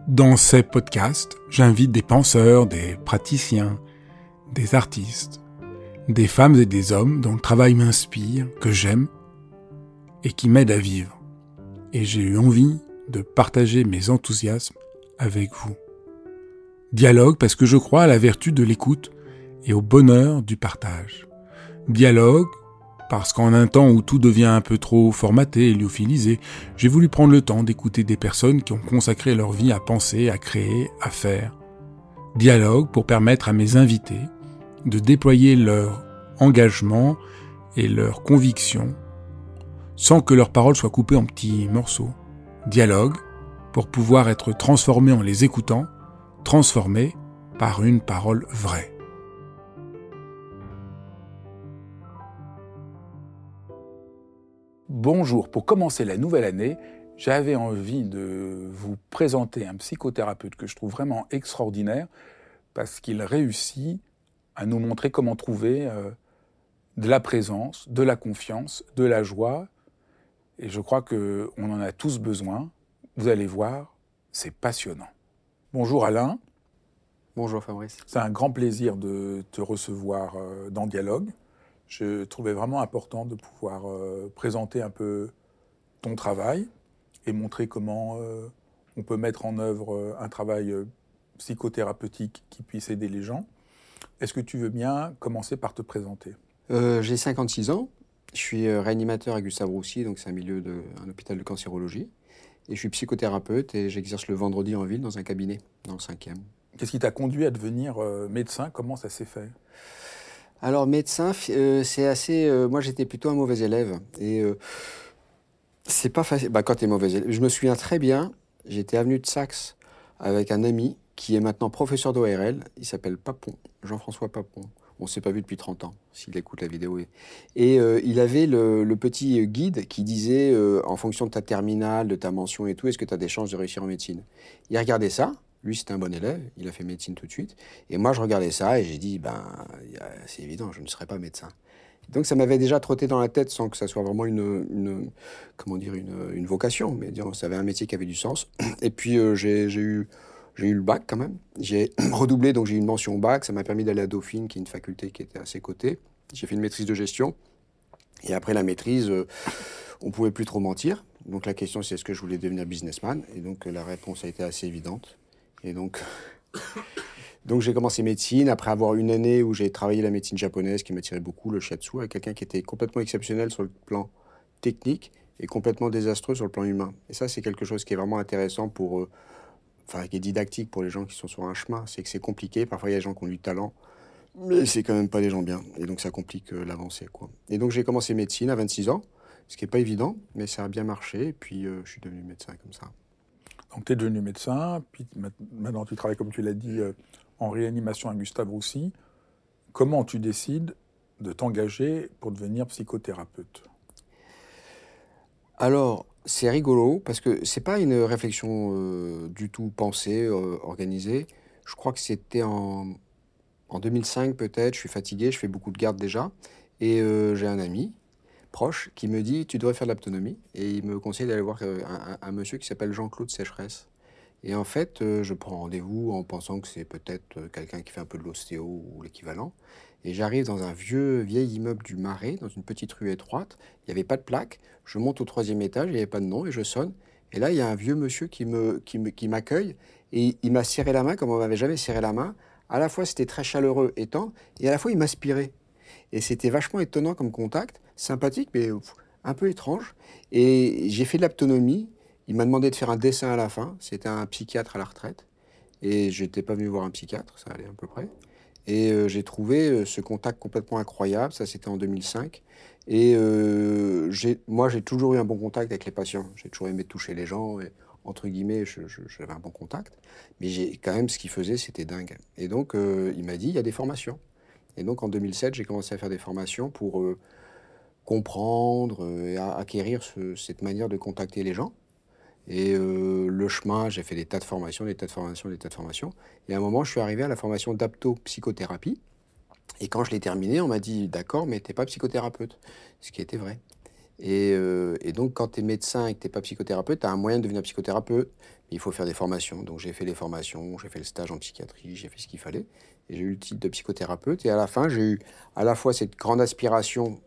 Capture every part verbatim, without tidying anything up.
Dans ces podcasts, j'invite des penseurs, des praticiens, des artistes, des femmes et des hommes dont le travail m'inspire, que j'aime et qui m'aident à vivre. Et j'ai eu envie de partager mes enthousiasmes avec vous. Dialogue parce que je crois à la vertu de l'écoute et au bonheur du partage. Dialogue parce qu'en un temps où tout devient un peu trop formaté et lyophilisé, j'ai voulu prendre le temps d'écouter des personnes qui ont consacré leur vie à penser, à créer, à faire. Dialogue pour permettre à mes invités de déployer leur engagement et leur conviction sans que leurs paroles soient coupées en petits morceaux. Dialogue pour pouvoir être transformé en les écoutant, transformé par une parole vraie. Bonjour, pour commencer la nouvelle année, j'avais envie de vous présenter un psychothérapeute que je trouve vraiment extraordinaire parce qu'il réussit à nous montrer comment trouver euh, de la présence, de la confiance, de la joie. Et je crois qu'on en a tous besoin. Vous allez voir, c'est passionnant. Bonjour Alain. Bonjour Fabrice. C'est un grand plaisir de te recevoir euh, dans Dialogue. Je trouvais vraiment important de pouvoir euh, présenter un peu ton travail et montrer comment euh, on peut mettre en œuvre euh, un travail euh, psychothérapeutique qui puisse aider les gens. Est-ce que tu veux bien commencer par te présenter ? euh, J'ai cinquante-six ans, je suis réanimateur à Gustave Roussy, donc c'est un milieu de, un hôpital de cancérologie. Et je suis psychothérapeute et j'exerce le vendredi en ville dans un cabinet, dans le cinquième. Qu'est-ce qui t'a conduit à devenir euh, médecin ? Comment ça s'est fait ? Alors médecin, euh, c'est assez... Euh, moi j'étais plutôt un mauvais élève. Et euh, c'est pas facile... Bah, quand t'es mauvais élève... Je me souviens très bien, j'étais avenue de Saxe avec un ami qui est maintenant professeur d'O R L. Il s'appelle Papon, Jean-François Papon. On ne s'est pas vu depuis trente ans, s'il écoute la vidéo. Et euh, il avait le, le petit guide qui disait, euh, en fonction de ta terminale, de ta mention et tout, est-ce que tu as des chances de réussir en médecine ? Il regardait ça. Lui, c'était un bon élève. Il a fait médecine tout de suite. Et moi, je regardais ça et j'ai dit, ben, c'est évident, je ne serai pas médecin. Donc, ça m'avait déjà trotté dans la tête sans que ça soit vraiment une, une comment dire, une, une vocation. Mais disons, ça avait un métier qui avait du sens. Et puis, euh, j'ai, j'ai eu... J'ai eu le bac quand même. J'ai redoublé, donc j'ai eu une mention au bac. Ça m'a permis d'aller à Dauphine, qui est une faculté qui était à ses côtés. J'ai fait une maîtrise de gestion. Et après la maîtrise, euh, on ne pouvait plus trop mentir. Donc la question, c'est est-ce que je voulais devenir businessman ? Et donc la réponse a été assez évidente. Et donc, donc j'ai commencé médecine, après avoir une année où j'ai travaillé la médecine japonaise, qui m'attirait beaucoup, le shiatsu, avec quelqu'un qui était complètement exceptionnel sur le plan technique et complètement désastreux sur le plan humain. Et ça, c'est quelque chose qui est vraiment intéressant pour... Euh, Enfin, qui est didactique pour les gens qui sont sur un chemin, c'est que c'est compliqué. Parfois, il y a des gens qui ont du talent, mais c'est quand même pas des gens bien. Et donc, ça complique euh, l'avancée, quoi. Et donc, j'ai commencé médecine à vingt-six ans, ce qui n'est pas évident, mais ça a bien marché. Et puis, euh, je suis devenu médecin comme ça. Donc, tu es devenu médecin, puis maintenant, tu travailles, comme tu l'as dit, euh, en réanimation à Gustave Roussy. Comment tu décides de t'engager pour devenir psychothérapeute ? Alors, c'est rigolo parce que c'est pas une réflexion euh, du tout pensée, euh, organisée. Je crois que c'était en, en deux mille cinq peut-être. Je suis fatigué, je fais beaucoup de garde déjà. Et euh, j'ai un ami proche qui me dit tu devrais faire de l'autonomie. Et il me conseille d'aller voir euh, un, un, un monsieur qui s'appelle Jean-Claude Sécheresse. Et en fait, euh, je prends rendez-vous en pensant que c'est peut-être euh, quelqu'un qui fait un peu de l'ostéo ou l'équivalent. Et j'arrive dans un vieux, vieil immeuble du Marais, dans une petite rue étroite. Il n'y avait pas de plaque. Je monte au troisième étage, il n'y avait pas de nom et je sonne. Et là, il y a un vieux monsieur qui, me, qui, me, qui m'accueille et il m'a serré la main comme on m'avait jamais serré la main. À la fois, c'était très chaleureux et tendre, et à la fois, il m'aspirait. Et c'était vachement étonnant comme contact, sympathique, mais pff, un peu étrange. Et j'ai fait de l'autonomie. Il m'a demandé de faire un dessin à la fin. C'était un psychiatre à la retraite. Et je n'étais pas venu voir un psychiatre, ça allait à peu près. Et euh, j'ai trouvé euh, ce contact complètement incroyable. Ça, c'était en deux mille cinq. Et euh, j'ai, moi, j'ai toujours eu un bon contact avec les patients. J'ai toujours aimé toucher les gens. Et, entre guillemets, je, je, j'avais un bon contact. Mais j'ai, quand même, ce qu'il faisait, c'était dingue. Et donc, euh, il m'a dit, il y a des formations. Et donc, en deux mille sept, j'ai commencé à faire des formations pour euh, comprendre euh, et acquérir ce, cette manière de contacter les gens. Et euh, le chemin, j'ai fait des tas de formations, des tas de formations, des tas de formations. Et à un moment, je suis arrivé à la formation d'apto-psychothérapie. Et quand je l'ai terminée, on m'a dit « D'accord, mais t'es pas psychothérapeute », ce qui était vrai. Et, euh, et donc, quand tu es médecin et que tu n'es pas psychothérapeute, tu as un moyen de devenir psychothérapeute, Il faut faire des formations. Donc j'ai fait les formations, j'ai fait le stage en psychiatrie, j'ai fait ce qu'il fallait. Et j'ai eu le titre de psychothérapeute. Et à la fin, j'ai eu à la fois cette grande aspiration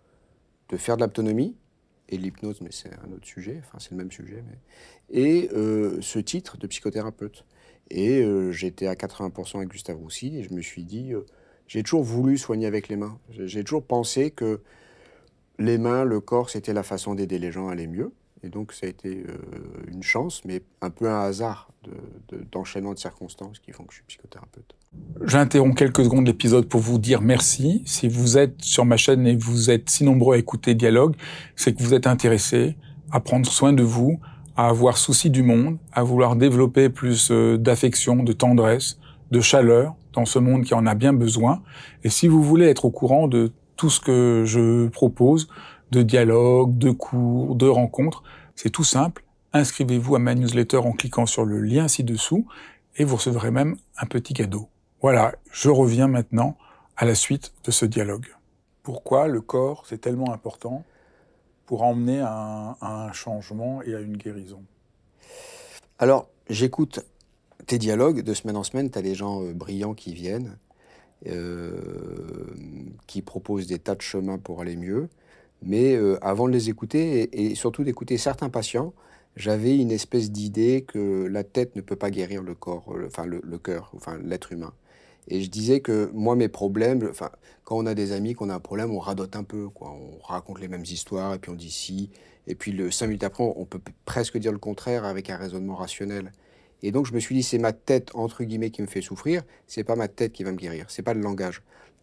de faire de l'autonomie, et l'hypnose, mais c'est un autre sujet, enfin c'est le même sujet, mais... et euh, ce titre de psychothérapeute. Et euh, j'étais à quatre-vingts pour cent avec Gustave Roussy, et je me suis dit, euh, j'ai toujours voulu soigner avec les mains. J'ai toujours pensé que les mains, le corps, c'était la façon d'aider les gens à aller mieux. Et donc ça a été euh, une chance, mais un peu un hasard de, de, d'enchaînement de circonstances qui font que je suis psychothérapeute. J'interromps quelques secondes l'épisode pour vous dire merci. Si vous êtes sur ma chaîne et vous êtes si nombreux à écouter Dialogue, c'est que vous êtes intéressés à prendre soin de vous, à avoir souci du monde, à vouloir développer plus d'affection, de tendresse, de chaleur dans ce monde qui en a bien besoin. Et si vous voulez être au courant de tout ce que je propose, de dialogues, de cours, de rencontres, c'est tout simple. Inscrivez-vous à ma newsletter en cliquant sur le lien ci-dessous et vous recevrez même un petit cadeau. Voilà, je reviens maintenant à la suite de ce dialogue. Pourquoi le corps, c'est tellement important pour emmener à un, à un changement et à une guérison? Alors, j'écoute tes dialogues de semaine en semaine, tu as des gens euh, brillants qui viennent, euh, qui proposent des tas de chemins pour aller mieux. Mais euh, avant de les écouter, et, et surtout d'écouter certains patients, j'avais une espèce d'idée que la tête ne peut pas guérir le corps, le, enfin le, le cœur, enfin l'être humain. Et je disais que moi, mes problèmes, enfin, quand on a des amis, qu'on a un problème, on radote un peu, quoi. On raconte les mêmes histoires, et puis on dit si. Et puis le, cinq minutes après, on peut presque dire le contraire avec un raisonnement rationnel. Et donc je me suis dit, c'est ma tête, entre guillemets, qui me fait souffrir, c'est pas ma tête qui va me guérir, c'est pas le langage.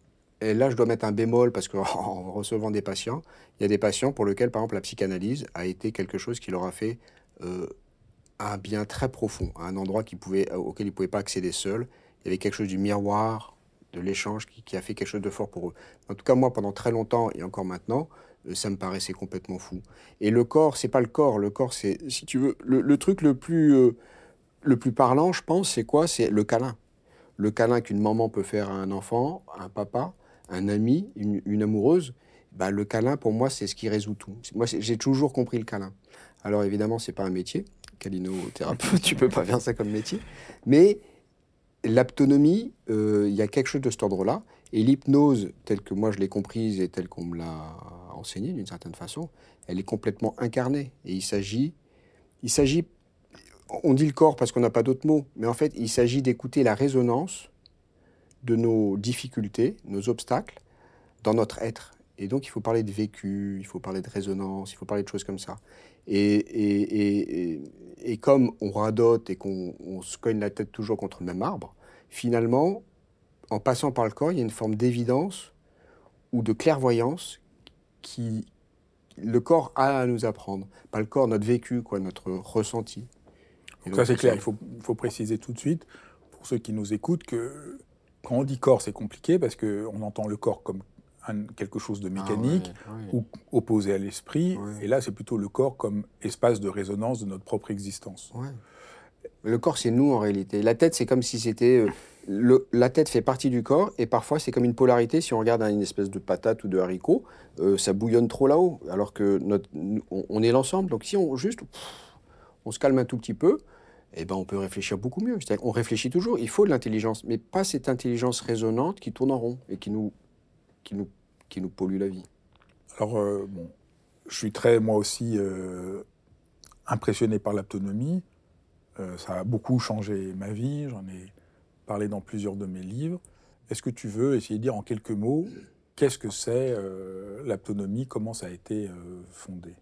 Et là, je dois mettre un bémol parce qu'en recevant des patients, il y a des patients pour lesquels, par exemple, la psychanalyse a été quelque chose qui leur a fait euh, un bien très profond, à un endroit qui pouvait, auquel ils ne pouvaient pas accéder seuls. Il y avait quelque chose du miroir, de l'échange, qui, qui a fait quelque chose de fort pour eux. En tout cas, moi, pendant très longtemps, et encore maintenant, euh, ça me paraissait complètement fou. Et le corps, c'est pas le corps. Le corps, c'est, si tu veux, le, le truc le plus, euh, le plus parlant, je pense, c'est quoi? C'est le câlin. Le câlin qu'une maman peut faire à un enfant, à un papa, un ami, une, une amoureuse, bah, le câlin, pour moi, c'est ce qui résout tout. Moi, j'ai toujours compris le câlin. Alors, évidemment, c'est pas un métier. Câlinothérapeute, tu peux pas faire ça comme métier. Mais l'autonomie, il euh, y a quelque chose de cet ordre-là. Et l'hypnose, telle que moi je l'ai comprise et telle qu'on me l'a enseignée d'une certaine façon, elle est complètement incarnée. Et il s'agit, il s'agit, on dit le corps parce qu'on n'a pas d'autres mots, mais en fait, il s'agit d'écouter la résonance de nos difficultés, nos obstacles, dans notre être. Et donc, il faut parler de vécu, il faut parler de résonance, il faut parler de choses comme ça. Et, et, et, et comme on radote et qu'on on se cogne la tête toujours contre le même arbre, finalement, en passant par le corps, il y a une forme d'évidence ou de clairvoyance qui le corps a à nous apprendre. Pas le corps, notre vécu, quoi, notre ressenti. Et donc, ça, c'est clair. Il faut, il faut préciser tout de suite, pour ceux qui nous écoutent, que quand on dit corps, c'est compliqué parce qu'on entend le corps comme un, quelque chose de mécanique ah ouais, ouais. ou opposé à l'esprit. Ouais. Et là, c'est plutôt le corps comme espace de résonance de notre propre existence. Ouais. Le corps, c'est nous en réalité. La tête, c'est comme si c'était... Euh, le, la tête fait partie du corps et parfois, c'est comme une polarité. Si on regarde une espèce de patate ou de haricot, euh, ça bouillonne trop là-haut. Alors que notre, on, on est l'ensemble. Donc si on juste... Pff, on se calme un tout petit peu, eh ben, on peut réfléchir beaucoup mieux. C'est-à-dire qu'on réfléchit toujours. Il faut de l'intelligence, mais pas cette intelligence résonante qui tourne en rond et qui nous, qui nous, qui nous pollue la vie. Alors, euh, bon, je suis très, moi aussi, euh, impressionné par l'autonomie. Euh, ça a beaucoup changé ma vie. J'en ai parlé dans plusieurs de mes livres. Est-ce que tu veux essayer de dire en quelques mots qu'est-ce que c'est euh, l'autonomie, comment ça a été euh, fondé?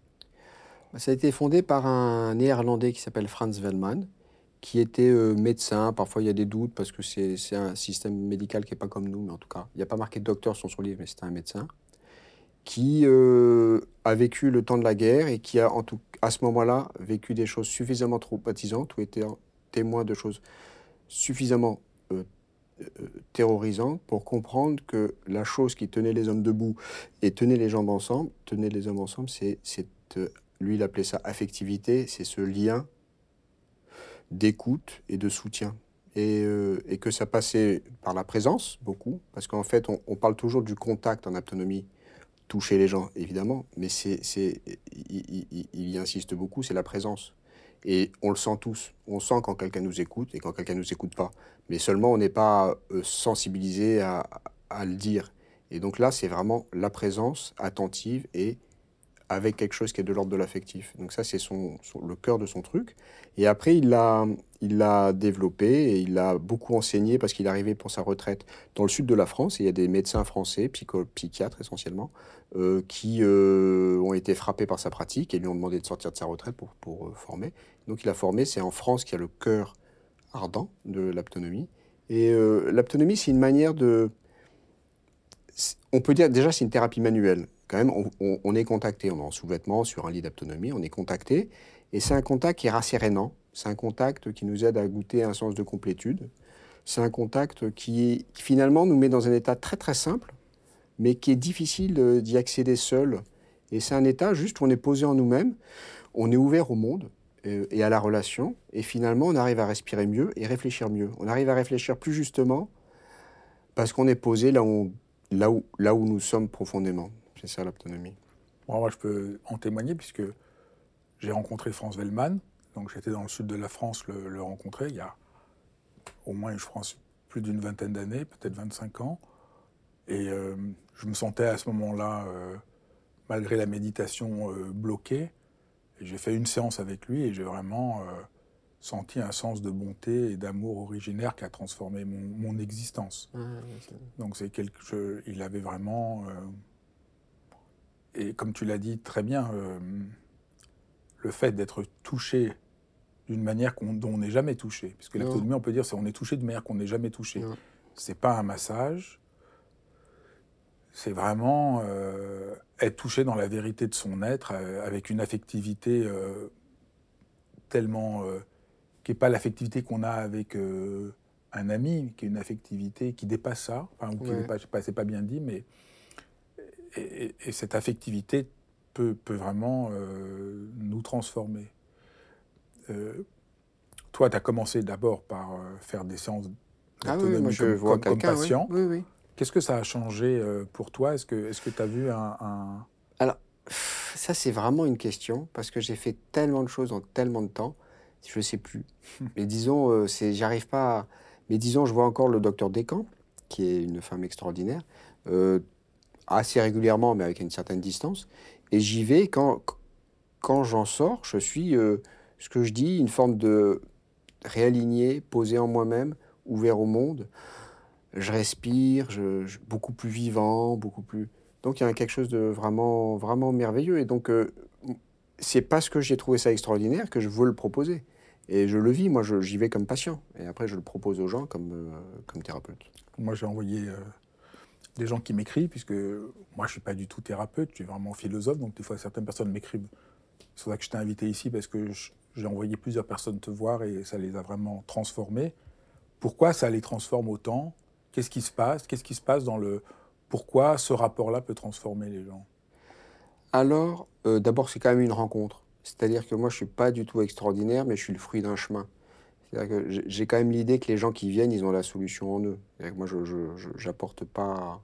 Ça a été fondé par un Néerlandais qui s'appelle Frans Velman, qui était euh, médecin. Parfois, il y a des doutes parce que c'est, c'est un système médical qui n'est pas comme nous, mais en tout cas, il n'y a pas marqué docteur sur son livre, mais c'était un médecin, qui euh, a vécu le temps de la guerre et qui a, en tout, à ce moment-là, vécu des choses suffisamment traumatisantes ou été témoin de choses suffisamment euh, euh, terrorisantes pour comprendre que la chose qui tenait les hommes debout et tenait les jambes ensemble, tenait les hommes ensemble, c'est cette... Euh, lui, il appelait ça affectivité, c'est ce lien d'écoute et de soutien. Et, euh, et que ça passait par la présence, beaucoup, parce qu'en fait, on, on parle toujours du contact en autonomie, toucher les gens, évidemment, mais c'est, c'est, il, il, il y insiste beaucoup, c'est la présence. Et on le sent tous. On sent quand quelqu'un nous écoute et quand quelqu'un ne nous écoute pas. Mais seulement, on n'est pas euh, sensibilisé à, à le dire. Et donc là, c'est vraiment la présence attentive et avec quelque chose qui est de l'ordre de l'affectif. Donc ça, c'est son, son- le cœur de son truc. Et après, il l'a, il l'a développé et il l'a beaucoup enseigné parce qu'il est arrivé pour sa retraite dans le sud de la France. Et il y a des médecins français, psycho- psychiatres essentiellement, euh, qui euh, ont été frappés par sa pratique et lui ont demandé de sortir de sa retraite pour, pour euh, former. Donc il a formé, c'est en France qu'il y a le cœur ardent de l'aptonomie. Et euh, l'aptonomie, c'est une manière de... On peut dire, déjà, c'est une thérapie manuelle. Quand même, on, on- on est contacté, on est en sous-vêtements, sur un lit d'aptonomie, on est contacté. Et c'est un contact qui est rassérénant. C'est un contact qui nous aide à goûter un sens de complétude. C'est un contact qui, qui, finalement, nous met dans un état très, très simple, mais qui est difficile euh, d'y accéder seul. Et c'est un état juste où on est posé en nous-mêmes, on est ouvert au monde euh, et à la relation. Et finalement, on arrive à respirer mieux et réfléchir mieux. On arrive à réfléchir plus justement parce qu'on est posé là où, là où, là où nous sommes profondément. C'est ça l'autonomie. Bon, moi, je peux en témoigner puisque j'ai rencontré Franz Wellmann. Donc, j'étais dans le sud de la France le, le rencontrer il y a au moins, je pense, plus d'une vingtaine d'années, peut-être vingt-cinq ans. Et euh, je me sentais à ce moment-là, euh, malgré la méditation, euh, bloqué. Et j'ai fait une séance avec lui et j'ai vraiment euh, senti un sens de bonté et d'amour originaire qui a transformé mon, mon existence. Ah, c'est... Donc c'est quelque chose, il avait vraiment, euh, et comme tu l'as dit très bien, euh, le fait d'être touché d'une manière qu'on, dont on n'est jamais touché, puisque l'autonomie, on peut dire, c'est on est touché d'une manière qu'on n'est jamais touché. Non. C'est pas un massage, c'est vraiment euh, être touché dans la vérité de son être, euh, avec une affectivité euh, tellement... Euh, qui n'est pas l'affectivité qu'on a avec euh, un ami, qui est une affectivité qui dépasse ça, enfin, ou qui Ouais. dépasse, je sais pas, c'est pas bien dit, mais... Et, et, et cette affectivité peut, peut vraiment euh, nous transformer. Euh, toi, tu as commencé d'abord par euh, faire des séances Ah oui, moi d'autonomie je comme, vois comme, comme quelqu'un, oui. patient. Oui, oui. Qu'est-ce que ça a changé euh, pour toi? Est-ce que est-ce que tu as vu un... un... Alors, ça c'est vraiment une question, parce que j'ai fait tellement de choses en tellement de temps, je ne sais plus. Mais disons, euh, c'est, j'arrive pas à... Mais disons, je vois encore le docteur Descamps, qui est une femme extraordinaire, euh, assez régulièrement, mais avec une certaine distance. Et j'y vais, quand, quand j'en sors, je suis, euh, ce que je dis, une forme de réaligné, posé en moi-même, ouvert au monde. Je respire, je, je- beaucoup plus vivant, beaucoup plus... Donc il y a quelque chose de vraiment, vraiment merveilleux. Et donc, euh, c'est parce que j'ai trouvé ça extraordinaire que je veux le proposer. Et je le vis, moi je- j'y vais comme patient. Et après, je le propose aux gens comme, euh, comme thérapeute. Moi, j'ai envoyé euh, des gens qui m'écrivent, puisque moi, je ne suis pas du tout thérapeute, je suis vraiment philosophe, donc des fois, certaines personnes m'écrivent. C'est pour ça que je t'ai invité ici, parce que je- j'ai envoyé plusieurs personnes te voir et ça les a vraiment transformés. Pourquoi ça les transforme autant? Qu'est-ce qui se passe? Qu'est-ce qui se passe dans le... Pourquoi ce rapport-là peut transformer les gens? Alors, euh, d'abord, c'est quand même une rencontre. C'est-à-dire que moi, je suis pas du tout extraordinaire, mais je suis le fruit d'un chemin. C'est-à-dire que j'ai j'ai quand même l'idée que les gens qui viennent, ils ont la solution en eux. C'est-à-dire que moi, je, je, je- j'apporte pas...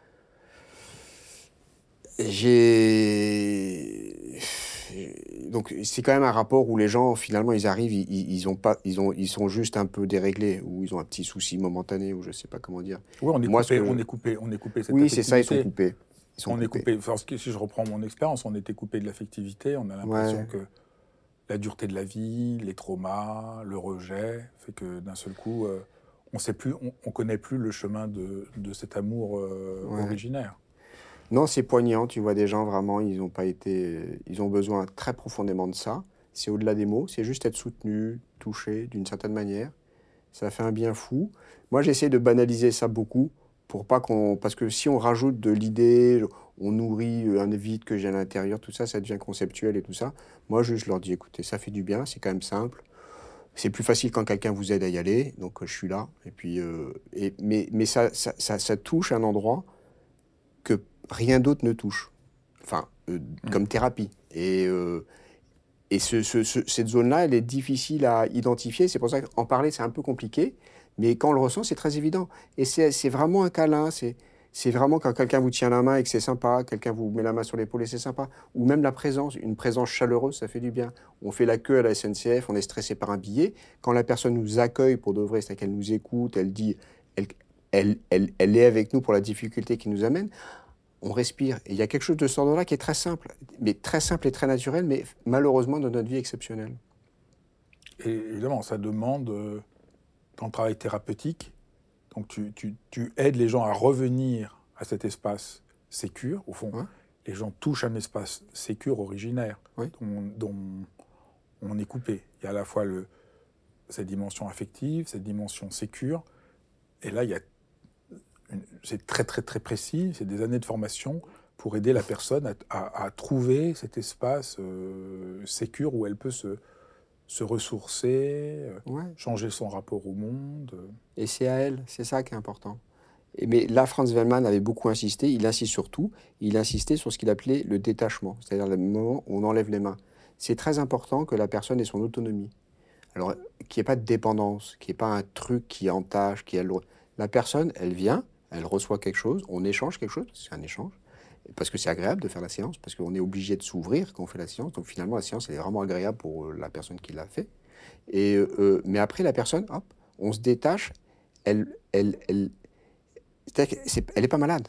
J'ai... Donc, c'est quand même un rapport où les gens, finalement, ils arrivent, ils, ils, ils ont pas, ils, ont, ils sont juste un peu déréglés, ou ils ont un petit souci momentané, ou je sais pas comment dire. Oui, on est Moi, ce coupé, que je... on est coupé, on est coupé cette Oui, c'est ça, ils sont affectivité. coupés. Ils sont On est coupés. coupé. Parce que si je reprends mon expérience, on était coupé de l'affectivité. On a l'impression Ouais. que la dureté de la vie, les traumas, le rejet, fait que d'un seul coup, euh, on sait plus, on, on connaît plus le chemin de, de cet amour euh, Ouais. originaire. Non, c'est poignant. Tu vois des gens vraiment, ils ont pas été, ils ont besoin très profondément de ça. C'est au-delà des mots. C'est juste être soutenu, touché d'une certaine manière. Ça fait un bien fou. Moi, j'essaie de banaliser ça beaucoup pour pas qu'on, parce que si on rajoute de l'idée, on nourrit un vide que j'ai à l'intérieur, tout ça, ça devient conceptuel et tout ça. Moi, juste, je leur dis, écoutez, ça fait du bien, c'est quand même simple. C'est plus facile quand quelqu'un vous aide à y aller, donc euh, je suis là. Et puis, euh, et, mais, mais ça, ça, ça, ça touche un endroit que rien d'autre ne touche. Enfin, euh, Mm. comme thérapie. Et, euh, et ce, ce, ce, cette zone-là, elle est difficile à identifier. C'est pour ça qu'en parler, c'est un peu compliqué. Mais quand on le ressent, c'est très évident. Et c'est, c'est vraiment un câlin. C'est, C'est vraiment quand quelqu'un vous tient la main et que c'est sympa, quelqu'un vous met la main sur l'épaule et c'est sympa. Ou même la présence, une présence chaleureuse, ça fait du bien. On fait la queue à la S N C F, on est stressé par un billet. Quand la personne nous accueille pour de vrai, c'est-à-dire qu'elle nous écoute, elle dit, elle, elle, elle, elle est avec nous pour la difficulté qui nous amène, on respire. Et il y a quelque chose de ce ordre-là qui est très simple, mais très simple et très naturel, mais malheureusement dans notre vie exceptionnelle. Et évidemment, ça demande, euh, dans le travail thérapeutique, donc tu, tu, tu aides les gens à revenir à cet espace sécure. Au fond, Ouais. les gens touchent un espace sécure originaire, Oui. dont, dont on est coupé. Il y a à la fois le, cette dimension affective, cette dimension sécure, et là, il y a une, c'est très très très précis, c'est des années de formation pour aider la personne à, à, à trouver cet espace euh, sécure où elle peut se, se ressourcer, euh, Ouais. changer son rapport au monde. Et c'est à elle, c'est ça qui est important. Et mais là, Franz Wellman avait beaucoup insisté, il insiste sur tout, il insistait sur ce qu'il appelait le détachement, c'est-à-dire le moment où on enlève les mains. C'est très important que la personne ait son autonomie. Alors, qu'il n'y ait pas de dépendance, qu'il n'y ait pas un truc qui entache, qui... Elle... La personne, elle vient, elle reçoit quelque chose, on échange quelque chose, c'est un échange, parce que c'est agréable de faire la séance, parce qu'on est obligé de s'ouvrir quand on fait la séance, donc finalement, la séance, elle est vraiment agréable pour euh, la personne qui l'a fait. Et, euh, mais après, la personne, hop, on se détache, elle, elle, elle, c'est-à-dire que c'est- elle n'est pas malade.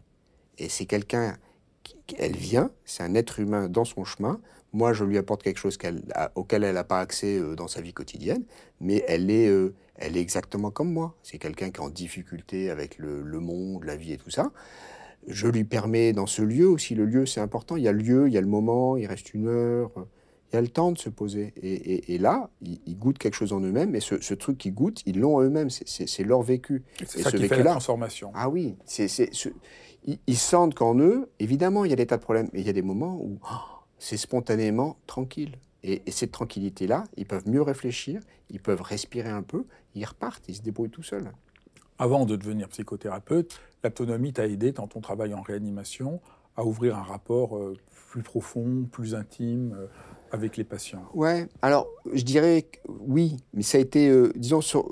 Et c'est quelqu'un, qui, elle vient, c'est un être humain dans son chemin. Moi, je lui apporte quelque chose qu'elle, a- auquel elle n'a pas accès euh, dans sa vie quotidienne, mais elle est, euh, elle est exactement comme moi. C'est quelqu'un qui est en difficulté avec le, le monde, la vie et tout ça. Je lui permets dans ce lieu aussi, le lieu c'est important, il y a le lieu, il y a le moment, il reste une heure, euh, il y a le temps de se poser. Et, et- et là, ils, ils goûtent quelque chose en eux-mêmes, et ce, ce truc qu'ils goûtent, ils l'ont eux-mêmes, c'est- c'est c'est leur vécu. Et c'est Et ça ce qui fait la vécu-là, transformation. ah oui, c'est, c'est, ce- ils, ils sentent qu'en eux, évidemment, il y a des tas de problèmes, mais il y a des moments où oh, c'est spontanément tranquille. Et, et cette tranquillité-là, ils peuvent mieux réfléchir, ils peuvent respirer un peu, ils repartent, ils se débrouillent tout seuls. Avant de devenir psychothérapeute, l'autonomie t'a aidé dans ton travail en réanimation à ouvrir un rapport euh, plus profond, plus intime euh, avec les patients. Ouais, alors je dirais que oui, mais ça a été, euh, disons, sur,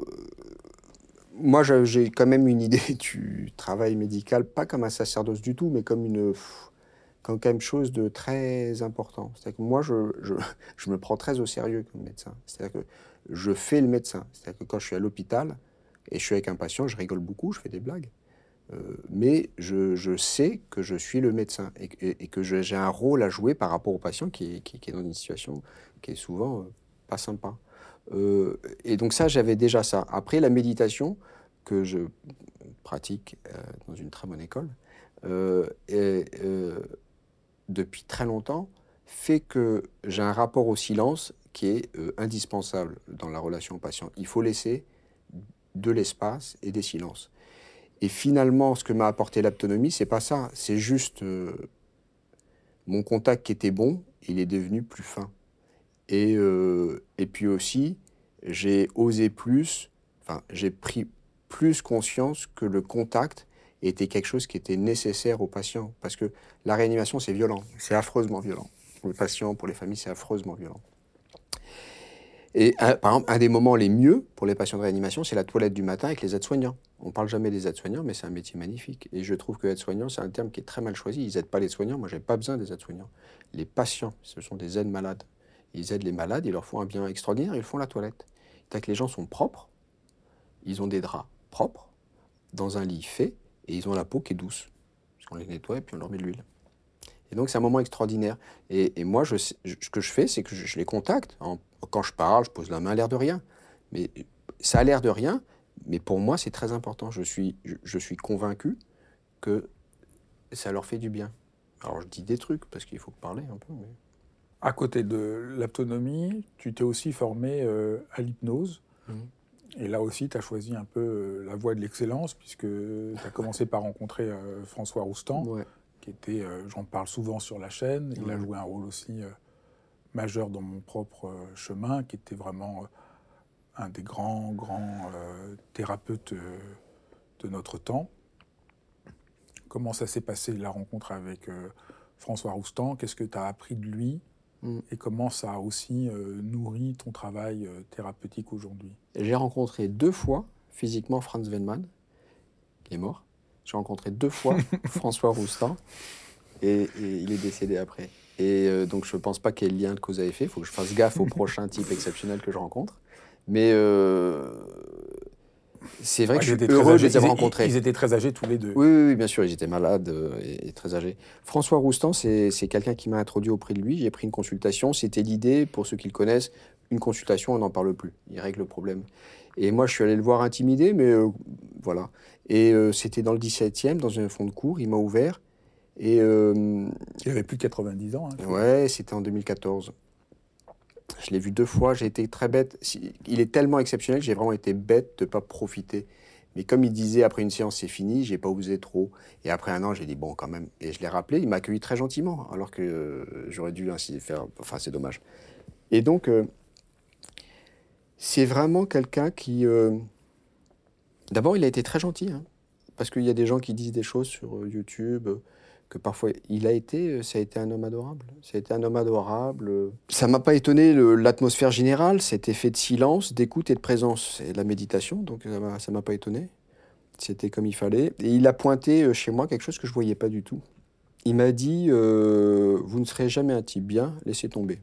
moi, je- j'ai quand même une idée du travail médical, pas comme un sacerdoce du tout, mais comme une, pff, comme quelque chose de très important. C'est-à-dire que moi, je, je, je me prends très au sérieux comme médecin. C'est-à-dire que je fais le médecin. C'est-à-dire que quand je suis à l'hôpital et je suis avec un patient, je rigole beaucoup, je fais des blagues. Euh, mais je, je sais que je suis le médecin et, et- et que je- j'ai un rôle à jouer par rapport au patient qui est, qui, qui est dans une situation qui est souvent euh, pas sympa. Euh, et donc ça, j'avais déjà ça. Après, la méditation, que je pratique euh, dans une très bonne école, euh, et, euh, depuis très longtemps, fait que j'ai un rapport au silence qui est euh, indispensable dans la relation au patient. Il faut laisser de l'espace et des silences. Et finalement, ce que m'a apporté l'autonomie, c'est pas ça. C'est juste euh, mon contact qui était bon, il est devenu plus fin. Et, euh, et puis aussi, j'ai osé plus, enfin, j'ai pris plus conscience que le contact était quelque chose qui était nécessaire aux patients. Parce que la réanimation, c'est violent. C'est affreusement violent. Pour les patients, pour les familles, c'est affreusement violent. Et un, par exemple, un des moments les mieux pour les patients de réanimation, c'est la toilette du matin avec les aides-soignants. On ne parle jamais des aides-soignants, mais c'est un métier magnifique. Et je trouve que aide-soignant, c'est un terme qui est très mal choisi. Ils n'aident pas les soignants. Moi, je n'ai pas besoin des aides-soignants. Les patients, ce sont des aides-malades. Ils aident les malades, ils leur font un bien extraordinaire, ils font la toilette. C'est-à-dire que les gens sont propres, ils ont des draps propres, dans un lit fait, et ils ont la peau qui est douce. Parce qu'on les nettoie et puis on leur met de l'huile. Et donc, c'est un moment extraordinaire. Et, et moi, je, sais- je- ce que je fais, c'est que je, je les contacte. En- quand je parle, je pose la main à l'air de rien. Mais ça a l'air de rien, mais pour moi, c'est très important. Je suis, je, je suis convaincu que ça leur fait du bien. Alors, je dis des trucs, parce qu'il faut parler un peu. Mais... À côté de l'autonomie, tu t'es aussi formé euh, à l'hypnose. Mhm. Et là aussi, tu as choisi un peu euh, la voie de l'excellence, puisque tu as commencé par rencontrer euh, François Roustan, Ouais. qui était, euh, j'en parle souvent sur la chaîne, il a Ouais. joué un rôle aussi euh, majeur dans mon propre euh, chemin, qui était vraiment euh, un des grands, grands euh, thérapeutes euh, de notre temps. Comment ça s'est passé, la rencontre avec euh, François Roustan? Qu'est-ce que tu as appris de lui? Mhm. Et comment ça a aussi euh, nourri ton travail euh, thérapeutique aujourd'hui? J'ai rencontré deux fois, physiquement, Franz Wellman, qui est mort. J'ai rencontré deux fois François Roustan et, et il est décédé après. Et euh, donc je ne pense pas qu'il y ait le lien de cause à effet. Il faut que je fasse gaffe au prochain type exceptionnel que je rencontre. Mais euh, c'est vrai Ouais, que ils je suis étaient très heureux de âgés. les avoir Ils, rencontrés. ils- ils étaient très âgés tous les deux. Oui, oui, oui, bien sûr, ils étaient malades euh, et, et très âgés. François Roustan, c'est c'est quelqu'un qui m'a introduit auprès de lui. J'ai pris une consultation. C'était l'idée, pour ceux qui le connaissent, une consultation, on n'en parle plus. Il règle le problème. Et moi, je suis allé le voir intimidé, mais euh, voilà. Et euh, c'était dans le dix-septième, dans un fond de cours. Il m'a ouvert. Et euh, Il avait plus de quatre-vingt-dix ans. Hein, je- ouais, c'était en deux mille quatorze. Je l'ai vu deux fois, j'ai été très bête. Si- Il est tellement exceptionnel que j'ai vraiment été bête de ne pas profiter. Mais comme il disait, après une séance, c'est fini, j'ai pas osé trop. Et après un an, j'ai dit, bon, quand même. Et je l'ai rappelé, il m'a accueilli très gentiment, alors que euh, j'aurais dû ainsi faire. Enfin, c'est dommage. Et donc, euh, c'est vraiment quelqu'un qui. euh, D'abord, il a été très gentil, hein, parce qu'il y a des gens qui disent des choses sur euh, YouTube, euh, que parfois il a été, euh, ça a été un homme adorable. Ça a été un homme adorable. euh. Ça m'a pas étonné le- l'atmosphère générale, cet effet de silence, d'écoute et de présence, et de la méditation, donc ça m'a, ça m'a pas étonné. C'était comme il fallait. Et il a pointé euh, chez moi quelque chose que je voyais pas du tout. Il m'a dit, euh, vous ne serez jamais un type bien, laissez tomber.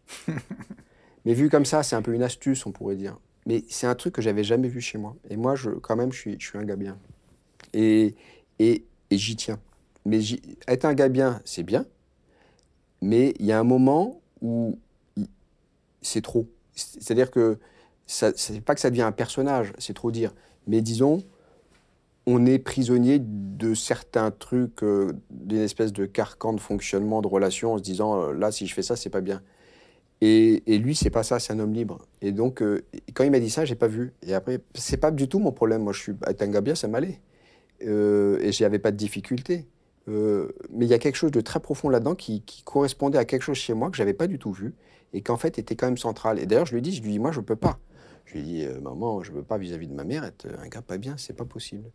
Mais vu comme ça, c'est un peu une astuce, on pourrait dire. Mais c'est un truc que j'avais jamais vu chez moi. Et moi, je, quand même, je suis, je suis un gars bien. Et, et, et j'y tiens. Mais j'y- être un gars bien, c'est bien, mais il y a un moment où il- c'est trop. C'est-à-dire que ça, c'est pas que ça devient un personnage, c'est trop dire. Mais disons, on est prisonnier de certains trucs, euh, d'une espèce de carcan de fonctionnement, de relation, en se disant, euh, là, si je fais ça, c'est pas bien. Et, et lui, c'est pas ça, c'est un homme libre. Et donc, euh, quand il m'a dit ça, j'ai pas vu. Et après, c'est pas du tout mon problème. Moi, je suis, être un gars bien, ça m'allait. Euh, et j'avais pas de difficulté. Euh, mais il y a quelque chose de très profond là-dedans qui, qui correspondait à quelque chose chez moi que j'avais pas du tout vu et qu'en fait était quand même central. Et d'ailleurs, je lui dis, je lui dis, moi, je peux pas. Je lui dis, euh, maman, je veux pas vis-à-vis de ma mère être un gars pas bien, c'est pas possible.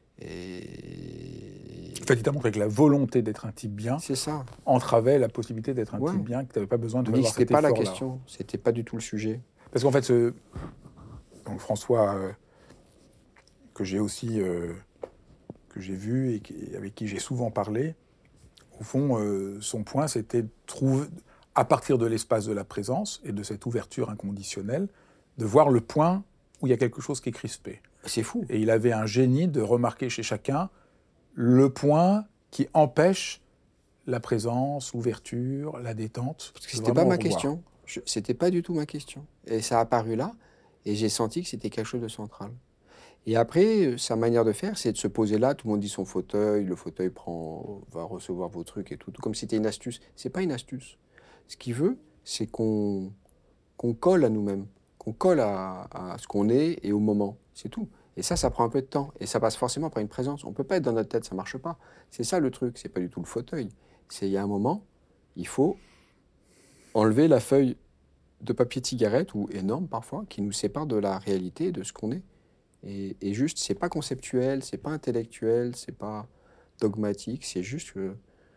Et En fait, il t'a montré que la volonté d'être un type bien c'est ça. entravait la possibilité d'être un Ouais. type bien, que tu n'avais pas besoin Il de me dit que avoir c'était cet pas la effort-là. question, c'était pas du tout le sujet. Parce qu'en fait, ce... Donc, François, euh, que j'ai aussi euh, que j'ai vu et qui- avec qui j'ai souvent parlé, au fond, euh, son point, c'était de trouver, à partir de l'espace de la présence et de cette ouverture inconditionnelle, de voir le point où il y a quelque chose qui est crispé. C'est fou. Et il avait un génie de remarquer chez chacun le point qui empêche la présence, l'ouverture, la détente. Parce que de c'était pas vraiment ma revoir. question. Je- C'était pas du tout ma question. Et ça a apparu là, et j'ai senti que c'était quelque chose de central. Et après, euh, sa manière de faire, c'est de se poser là. Tout le monde dit son fauteuil, le fauteuil prend, va recevoir vos trucs et tout, tout comme si c'était une astuce. C'est pas une astuce. Ce qu'il veut, c'est qu'on qu'on colle à nous-mêmes, qu'on colle à, à ce qu'on est et au moment. C'est tout. Et ça, ça prend un peu de temps. Et ça passe forcément par une présence. On peut pas être dans notre tête, ça marche pas. C'est ça le truc. C'est pas du tout le fauteuil. C'est il y a un moment, il faut enlever la feuille de papier de cigarette, ou énorme parfois, qui nous sépare de la réalité, de ce qu'on est. Et, et juste, c'est pas conceptuel, c'est pas intellectuel, c'est pas dogmatique, c'est juste que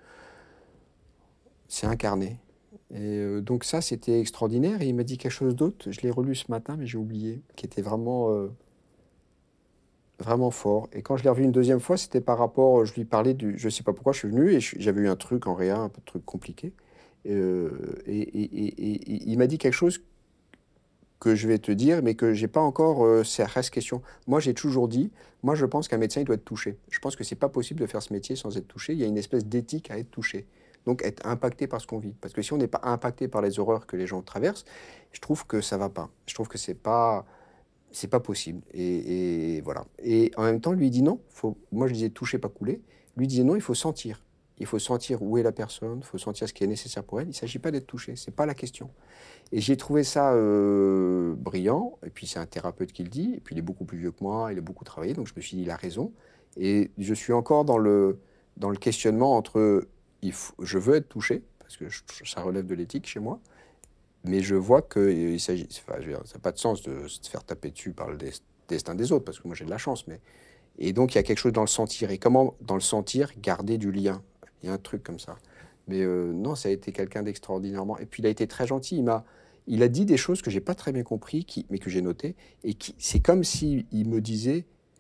c'est incarné. Et euh, donc ça, c'était extraordinaire. Et il m'a dit quelque chose d'autre, je l'ai relu ce matin, mais j'ai oublié, qui était vraiment, euh, vraiment fort. Et quand je l'ai revu une deuxième fois, c'était par rapport, je lui parlais du, je sais pas pourquoi je suis venu, et je- j'avais eu un truc en réa, un peu de truc compliqué. Euh, et, et- et- et- et il m'a dit quelque chose que je vais te dire, mais que j'ai pas encore, euh, ça reste question. Moi, j'ai toujours dit, moi, je pense qu'un médecin, il doit être touché. Je pense que c'est pas possible de faire ce métier sans être touché. Il y a une espèce d'éthique à être touché. Donc, être impacté par ce qu'on vit. Parce que si on n'est pas impacté par les horreurs que les gens traversent, je trouve que ça va pas. Je trouve que c'est pas, c'est pas possible. Et, et voilà. Et en même temps, lui il dit non. Faut, moi, je disais toucher, pas couler. Lui disait non, il faut sentir. Il faut sentir où est la personne, il faut sentir ce qui est nécessaire pour elle. Il ne s'agit pas d'être touché, c'est pas la question. Et j'ai trouvé ça euh, brillant, et puis c'est un thérapeute qui le dit, et puis il est beaucoup plus vieux que moi, il a beaucoup travaillé, donc je me suis dit, il a raison. Et je suis encore dans le, dans le questionnement entre, il faut, je veux être touché, parce que je- ça relève de l'éthique chez moi, mais je vois qu'il s'agit, enfin, je veux dire, ça n'a pas de sens de se faire taper dessus par le des- destin des autres, parce que moi j'ai de la chance, mais... Et donc il y a quelque chose dans le sentir, et comment, dans le sentir, garder du lien. Il y a un truc comme ça. Mais euh, non, ça a été quelqu'un d'extraordinairement... Et puis il a été très gentil, il m'a... Il a dit des choses que j'ai pas très bien compris, qui, mais que j'ai notées, et qui, c'est comme s'il me disait,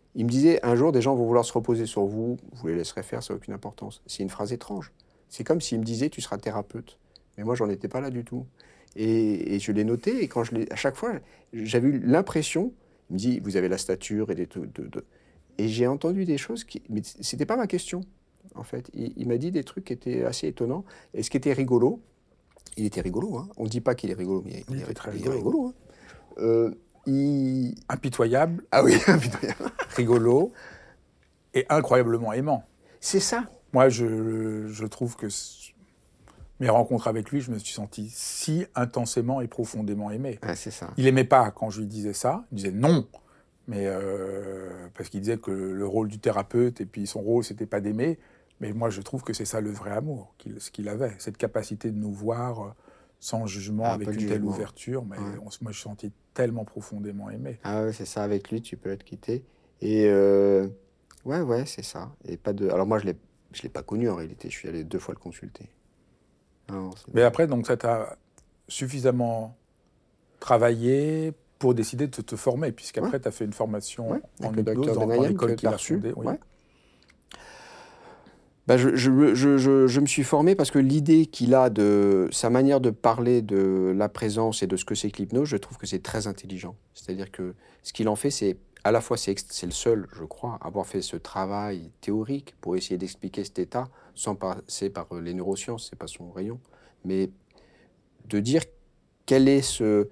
Il me disait, un jour, des gens vont vouloir se reposer sur vous, vous les laisserez faire, ça n'a aucune importance. C'est une phrase étrange. C'est comme s'il me disait, tu seras thérapeute. Mais moi, j'en étais pas là du tout. Et, et je l'ai noté, et quand je l'ai, à chaque fois, j'avais eu l'impression, il me dit, vous avez la stature et des trucs de, de... Et j'ai entendu des choses qui, mais c'était pas ma question, en fait. Il, il m'a dit des trucs qui étaient assez étonnants. Et ce qui était rigolo, il était rigolo, hein. On ne dit pas qu'il est rigolo, mais il, Il il, était très il est rigolo. rigolo. Hein. Euh, il... Impitoyable. Ah oui, impitoyable. Rigolo et incroyablement aimant. C'est ça. Moi, je, je trouve que mes rencontres avec lui, je me suis senti si intensément et profondément aimé. Ah, c'est ça. Il aimait pas quand je lui disais ça. Il disait non, mais euh, parce qu'il disait que le rôle du thérapeute et puis son rôle, c'était pas d'aimer. Mais moi, je trouve que c'est ça le vrai amour, qu'il, ce qu'il avait, cette capacité de nous voir euh, sans jugement, Ah, avec pas de une telle jugement. ouverture. Mais Ouais. on, moi, je me suis senti tellement profondément aimé. Ah ouais, c'est ça. Avec lui, tu peux être quitté. Et euh, ouais, ouais, c'est ça. Et pas de. Alors moi, je l'ai, je l'ai pas connu en réalité. Je suis allé deux fois le consulter. Non, c'est- Mais après, donc, ça t'a suffisamment travaillé pour décider de te, te former, puisqu'après, Ouais. tu as fait une formation Ouais, en avec le hypnose docteur dans, dans Benayem l'école que qu'il t'as a reçu. fondée. Oui. Ouais. Bah, je, je, je, je, je me suis formé parce que l'idée qu'il a de sa manière de parler de la présence et de ce que c'est que l'hypnose, je trouve que c'est très intelligent. C'est-à-dire que ce qu'il en fait, c'est à la fois, c'est, ext- c'est le seul, je crois, à avoir fait ce travail théorique pour essayer d'expliquer cet état sans passer par euh, les neurosciences, c'est pas son rayon, mais de dire quel est ce,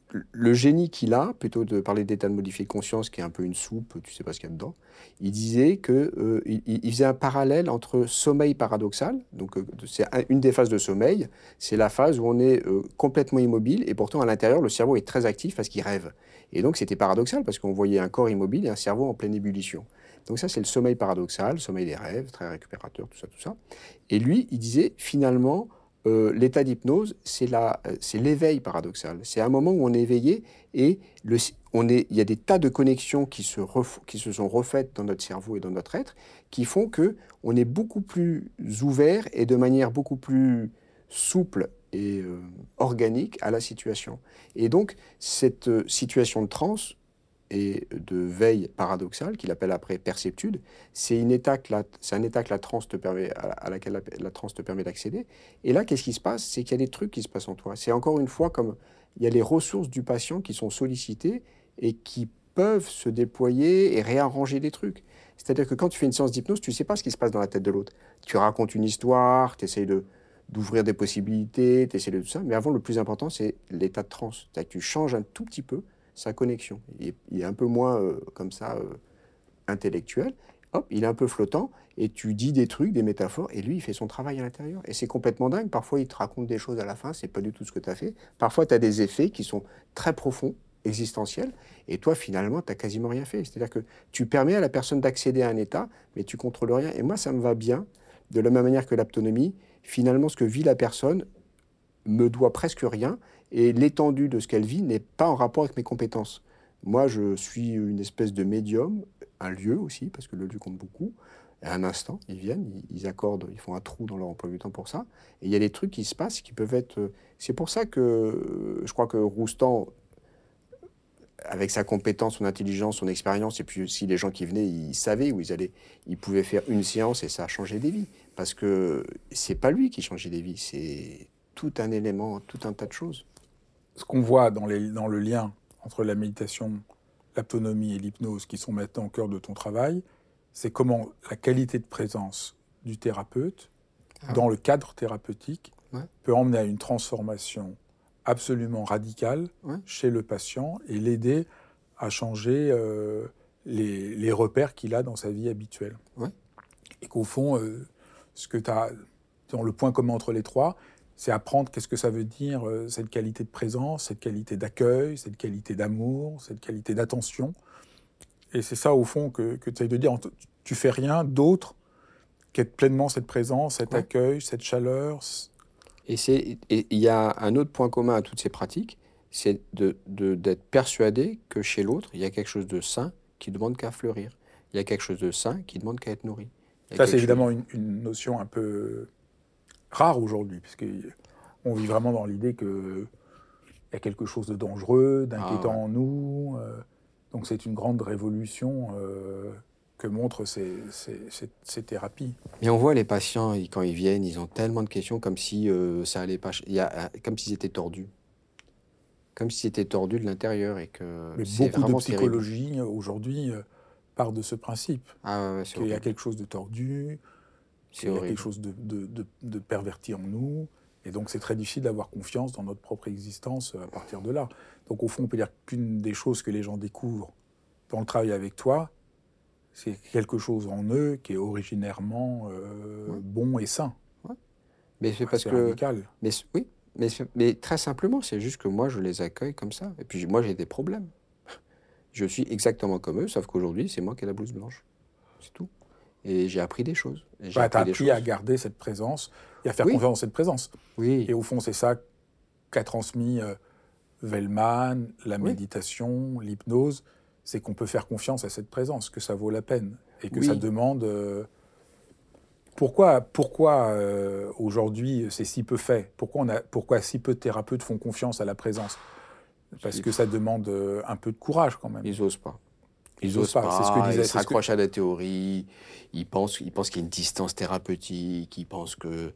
le génie qu'il a, plutôt de parler d'état de modifié de conscience, qui est un peu une soupe, tu sais pas ce qu'il y a dedans, il disait que euh, il, il faisait un parallèle entre sommeil paradoxal, donc euh, c'est un- une des phases de sommeil, c'est la phase où on est euh, complètement immobile et pourtant à l'intérieur le cerveau est très actif parce qu'il rêve. Et donc c'était paradoxal parce qu'on voyait un corps immobile et un cerveau en pleine ébullition. Donc ça c'est le sommeil paradoxal, le sommeil des rêves, très récupérateur, tout ça, tout ça. Et lui, il disait finalement euh, l'état d'hypnose, c'est la, euh, c'est l'éveil paradoxal. C'est un moment où on est éveillé et le, on est, il y a des tas de connexions qui se, ref, qui se sont refaites dans notre cerveau et dans notre être, qui font que on est beaucoup plus ouvert et de manière beaucoup plus souple et euh, organique à la situation. Et donc cette euh, situation de transe et de veille paradoxale, qu'il appelle après perceptude, c'est une état que la, c'est un état que la transe te permet, à, à laquelle la, la transe te permet d'accéder. Et là, qu'est-ce qui se passe? C'est qu'il y a des trucs qui se passent en toi. C'est encore une fois comme il y a les ressources du patient qui sont sollicitées et qui peuvent se déployer et réarranger des trucs. C'est-à-dire que quand tu fais une séance d'hypnose, tu ne sais pas ce qui se passe dans la tête de l'autre. Tu racontes une histoire, tu essayes de, d'ouvrir des possibilités, tu essaies de tout ça, mais avant, le plus important, c'est l'état de transe. C'est-à-dire que tu changes un tout petit peu sa connexion. Il est, il est un peu moins euh, comme ça euh, intellectuel. Hop, il est un peu flottant et tu dis des trucs, des métaphores et lui il fait son travail à l'intérieur. Et c'est complètement dingue. Parfois il te raconte des choses à la fin, c'est pas du tout ce que tu as fait. Parfois tu as des effets qui sont très profonds, existentiels, et toi finalement tu n'as quasiment rien fait. C'est-à-dire que tu permets à la personne d'accéder à un état, mais tu contrôles rien. Et moi ça me va bien, de la même manière que l'autonomie. Finalement ce que vit la personne me doit presque rien et l'étendue de ce qu'elle vit n'est pas en rapport avec mes compétences. Moi, je suis une espèce de médium, un lieu aussi, parce que le lieu compte beaucoup. À un instant, ils viennent, ils accordent, ils font un trou dans leur emploi du temps pour ça. Et il y a des trucs qui se passent qui peuvent être. C'est pour ça que je crois que Roustan, avec sa compétence, son intelligence, son expérience, et puis aussi les gens qui venaient, ils savaient où ils allaient. Ils pouvaient faire une séance et ça a changé des vies. Parce que c'est pas lui qui changeait des vies, c'est tout un élément, tout un tas de choses. Ce qu'on voit dans, les, dans le lien entre la méditation, l'autonomie et l'hypnose, qui sont maintenant au cœur de ton travail, c'est comment la qualité de présence du thérapeute, Ah dans ouais. le cadre thérapeutique, Ouais. peut emmener à une transformation absolument radicale Ouais. chez le patient et l'aider à changer euh, les, les repères qu'il a dans sa vie habituelle. Ouais. Et qu'au fond, euh, ce que tu as, dans le point commun entre les trois, c'est apprendre qu'est-ce que ça veut dire, euh, cette qualité de présence, cette qualité d'accueil, cette qualité d'amour, cette qualité d'attention. Et c'est ça, au fond, que, que tu essayes de dire. Tu fais rien d'autre qu'être pleinement cette présence, cet Ouais. accueil, cette chaleur. Et c'est, et il y a un autre point commun à toutes ces pratiques, c'est de, de, d'être persuadé que chez l'autre, il y a quelque chose de sain qui demande qu'à fleurir. Il y a quelque chose de sain qui demande qu'à être nourri. Il y a Ça, c'est quelque chose- évidemment une, une notion un peu rare aujourd'hui, puisqu'on vit vraiment dans l'idée qu'il y a quelque chose de dangereux, d'inquiétant Ah ouais. en nous. euh, Donc c'est une grande révolution euh, que montrent ces, ces, ces, ces thérapies. Et on voit les patients, ils- quand ils viennent, ils ont tellement de questions comme si euh, ça allait pas. ch- Il y a, euh, comme s'ils étaient tordus. Comme s'ils étaient tordus de l'intérieur et que Mais c'est beaucoup de vraiment terrible. psychologie euh, aujourd'hui euh, part de ce principe, Ah ouais, ouais, c'est qu'il y a horrible. quelque chose de tordu, C'est qu'il y a quelque horrible. chose de, de, de, de perverti en nous, et donc c'est très difficile d'avoir confiance dans notre propre existence euh, à partir de là. Donc au fond, on peut dire qu'une des choses que les gens découvrent dans le travail avec toi, c'est quelque chose en eux qui est originairement euh, Ouais, bon et sain. ouais. Mais c'est Ouais, parce c'est que. radical. Mais c- oui, mais, c'est- mais très simplement, c'est juste que moi, je les accueille comme ça. Et puis moi, j'ai des problèmes. Je suis exactement comme eux, sauf qu'aujourd'hui, c'est moi qui ai la blouse blanche. C'est tout. Et j'ai appris des choses. Et j'ai Bah, tu as appris des appris à choses. garder cette présence et à faire Oui, confiance dans cette présence. oui, Et au fond, c'est ça qu'a transmis euh, Vellman, la oui, méditation, l'hypnose, c'est qu'on peut faire confiance à cette présence, que ça vaut la peine et que ça oui. demande. euh, pourquoi pourquoi euh, aujourd'hui c'est si peu fait? Pourquoi, on a, pourquoi si peu de thérapeutes font confiance à la présence? Parce Ils, que ça demande euh, un peu de courage quand même. ils osent pas. Ils Ils osent osent pas. C'est ce que pas, ils disait. se C'est ce que. raccrochent à la théorie, ils pensent, ils pensent qu'il y a une distance thérapeutique, ils pensent que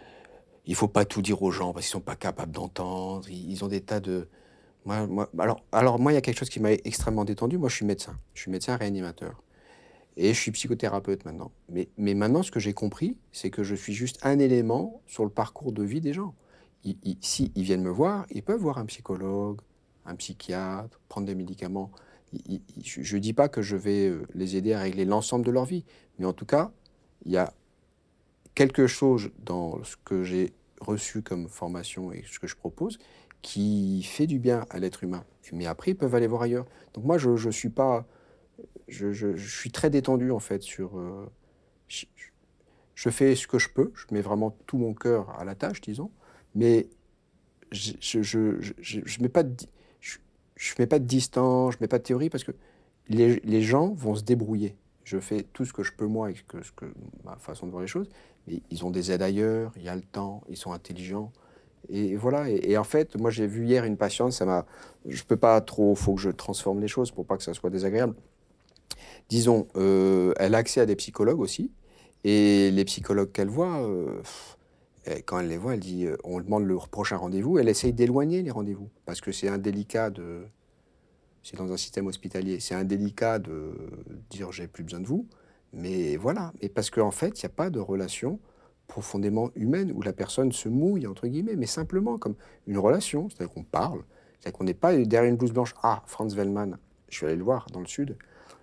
il faut pas tout dire aux gens parce qu'ils sont pas capables d'entendre, ils, ils ont des tas de... Moi, moi, alors, alors moi, il y a quelque chose qui m'a extrêmement détendu. Moi, je suis médecin. Je suis médecin réanimateur. Et je suis psychothérapeute maintenant. Mais, mais maintenant, ce que j'ai compris, c'est que je suis juste un élément sur le parcours de vie des gens. Ils, ils, si ils viennent me voir, ils peuvent voir un psychologue, un psychiatre, prendre des médicaments. Ils- ils- je ne dis pas que je vais euh, les aider à régler l'ensemble de leur vie. Mais en tout cas, il y a quelque chose dans ce que j'ai reçu comme formation et ce que je propose qui fait du bien à l'être humain. Mais après, ils peuvent aller voir ailleurs. Donc moi, je, je suis pas... Je, je- je suis très détendu, en fait, sur... euh, je, je fais ce que je peux, je mets vraiment tout mon cœur à la tâche, disons, mais je je, je, je, je- je mets pas de, di- je, je mets pas de distance, je mets pas de théorie, parce que les, les gens vont se débrouiller. Je fais tout ce que je peux moi, et ce que, ce que, ma façon de voir les choses, mais ils ont des aides ailleurs, il y a le temps, ils sont intelligents. Et voilà, et, et en fait, moi j'ai vu hier une patiente, ça m'a... Je peux pas trop, faut que je transforme les choses pour pas que ça soit désagréable. Disons, euh, elle a accès à des psychologues aussi, et les psychologues qu'elle voit, euh, pff, eh, quand elle les voit, elle dit, euh, on demande le prochain rendez-vous, elle essaye d'éloigner les rendez-vous, parce que c'est indélicat de... C'est dans un système hospitalier, c'est indélicat de dire j'ai plus besoin de vous, mais voilà, et parce qu'en fait, il n'y a pas de relation profondément humaine où la personne se mouille, entre guillemets, mais simplement comme une relation, c'est-à-dire qu'on parle, c'est-à-dire qu'on n'est pas derrière une blouse blanche. Ah, Franz Wellman, je suis allé le voir dans le sud,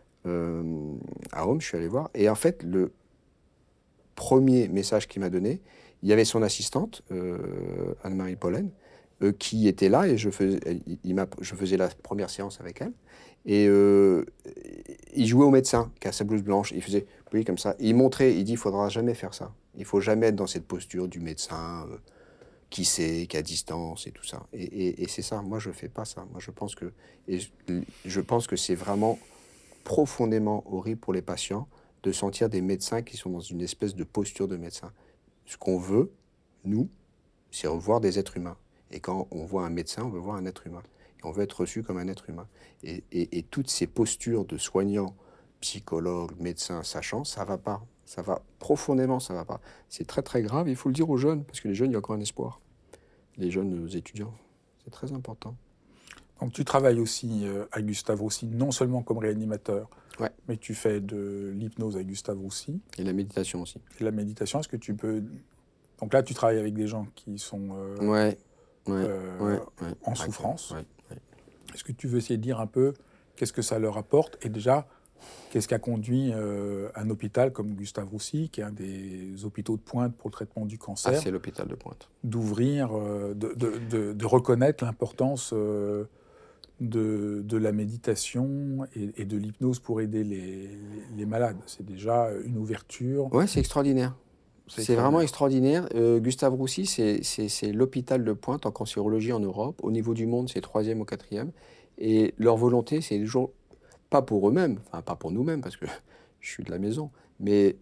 euh, à Homs, je suis allé voir. Et en fait, le premier message qu'il m'a donné, il y avait son assistante, euh, Anne-Marie Pollen, euh, qui était là et je faisais, il, il m'a- je faisais la première séance avec elle. Et euh, il jouait au médecin qui a sa blouse blanche. Il faisait, oui, comme ça. Et il montrait, il dit, il faudra jamais faire ça. Il faut jamais être dans cette posture du médecin euh, qui sait, qui a distance et tout ça. Et, et- et c'est ça. Moi, je fais pas ça. Moi, je pense que, et je, je pense que c'est vraiment profondément horrible pour les patients de sentir des médecins qui sont dans une espèce de posture de médecin. Ce qu'on veut, nous, c'est revoir des êtres humains. Et quand on voit un médecin, on veut voir un être humain. Et on veut être reçu comme un être humain. Et, et- et toutes ces postures de soignants, psychologues, médecins, sachants, ça va pas. Ça va profondément, ça va pas. C'est très très grave, il faut le dire aux jeunes, parce que les jeunes, il y a encore un espoir. Les jeunes étudiants, c'est très important. Donc tu travailles aussi euh, à Gustave Roussy, non seulement comme réanimateur, Ouais, mais tu fais de l'hypnose à Gustave Roussy et la méditation aussi. et la méditation. Est-ce que tu peux... Donc là, tu travailles avec des gens qui sont euh, Ouais, ouais, euh, ouais, ouais. en Ouais, souffrance. ouais, ouais. Est-ce que tu veux essayer de dire un peu qu'est-ce que ça leur apporte et déjà, qu'est-ce qui a conduit euh, un hôpital comme Gustave Roussy, qui est un des hôpitaux de pointe pour le traitement du Ah, cancer, c'est l'hôpital de pointe. d'ouvrir, euh, de, de- de- de reconnaître l'importance euh, de, de la méditation et, et de l'hypnose pour aider les, les malades. C'est déjà une ouverture. Ouais, c'est extraordinaire. C'est C'est vraiment extraordinaire. extraordinaire. Euh, Gustave Roussy, c'est c'est- c'est l'hôpital de pointe en cancérologie en Europe. Au niveau du monde, c'est troisième ou quatrième. Et leur volonté, c'est toujours, pas pour eux-mêmes, enfin pas pour nous-mêmes, parce que je suis de la maison, mais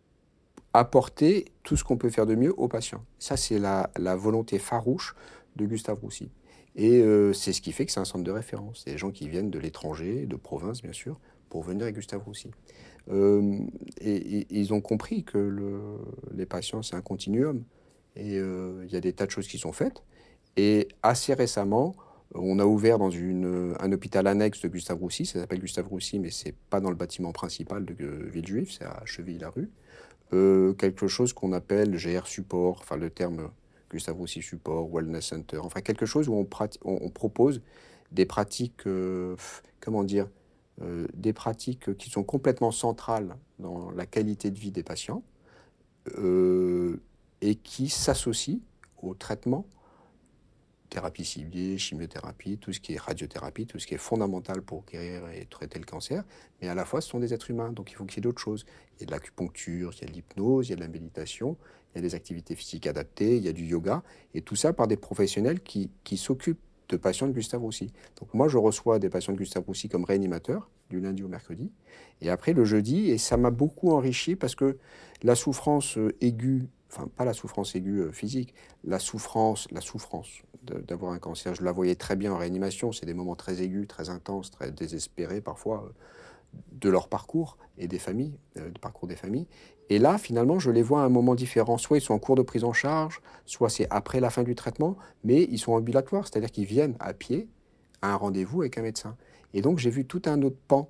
apporter tout ce qu'on peut faire de mieux aux patients. Ça, c'est la, la volonté farouche de Gustave Roussy. Et euh, c'est ce qui fait que c'est un centre de référence. Il y a des gens qui viennent de l'étranger, de province bien sûr, pour venir avec Gustave Roussy. Euh, et, et- ils ont compris que le- les patients, c'est un continuum. Et euh, il y a des tas de choses qui sont faites. Et assez récemment, on a ouvert dans une, un hôpital annexe de Gustave Roussy. Ça s'appelle Gustave Roussy, mais c'est pas dans le bâtiment principal de euh, Villejuif, c'est à Cheville-la-Rue. Euh, quelque chose qu'on appelle G R Support, enfin le terme Gustave Roussy Support, Wellness Center, enfin quelque chose où on, prati- on, on propose des pratiques, euh, comment dire, euh, des pratiques qui sont complètement centrales dans la qualité de vie des patients euh, et qui s'associent au traitement, thérapie ciblée, chimiothérapie, tout ce qui est radiothérapie, tout ce qui est fondamental pour guérir et traiter le cancer. Mais à la fois, ce sont des êtres humains, donc il faut qu'il y ait d'autres choses. Il y a de l'acupuncture, il y a de l'hypnose, il y a de la méditation, il y a des activités physiques adaptées, il y a du yoga, et tout ça par des professionnels qui, qui s'occupent de patients de Gustave Roussy. Donc moi, je reçois des patients de Gustave Roussy comme réanimateur, du lundi au mercredi, et après le jeudi, et ça m'a beaucoup enrichi parce que la souffrance euh, aiguë, enfin pas la souffrance aiguë euh, physique, la souffrance, la souffrance de- d'avoir un cancer, je la voyais très bien en réanimation, c'est des moments très aigus, très intenses, très désespérés parfois, euh, de leur parcours et des familles, euh, du parcours des familles. Et là, finalement, je les vois à un moment différent. Soit ils sont en cours de prise en charge, soit c'est après la fin du traitement, mais ils sont ambulatoires, c'est-à-dire qu'ils viennent à pied à un rendez-vous avec un médecin. Et donc, j'ai vu tout un autre pan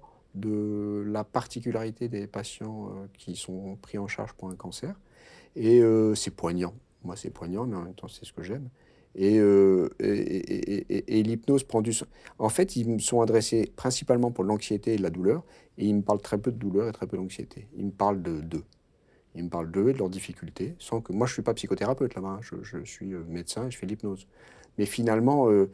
de la particularité des patients euh, qui sont pris en charge pour un cancer. Et euh, c'est poignant. Moi, c'est poignant, mais en même temps, c'est ce que j'aime. Et, euh, et, et- et- et l'hypnose prend du... so- En fait, ils me sont adressés principalement pour l'anxiété et la douleur, et ils me parlent très peu de douleur et très peu d'anxiété. Ils me parlent de d'eux. Ils me parlent d'eux et de leurs difficultés, sans que... Moi, je ne suis pas psychothérapeute là-bas, hein. je, je suis euh, médecin et je fais l'hypnose. Mais finalement, euh,